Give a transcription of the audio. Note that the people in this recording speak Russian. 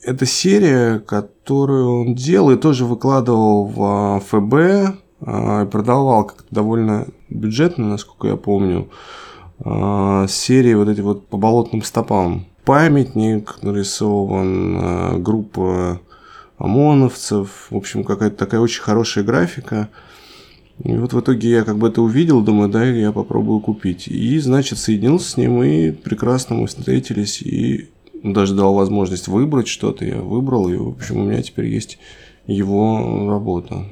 Это серия, которую он делал и тоже выкладывал в ФБ, продавал как-то довольно бюджетно, насколько я помню, серии вот эти вот по болотным стопам. Памятник нарисован, группа ОМОНовцев, в общем, какая-то такая очень хорошая графика. И вот в итоге я как бы это увидел, думаю, да, я попробую купить. И, значит, соединился с ним, и прекрасно мы встретились, и даже дал возможность выбрать что-то, я выбрал, и, в общем, у меня теперь есть его работа.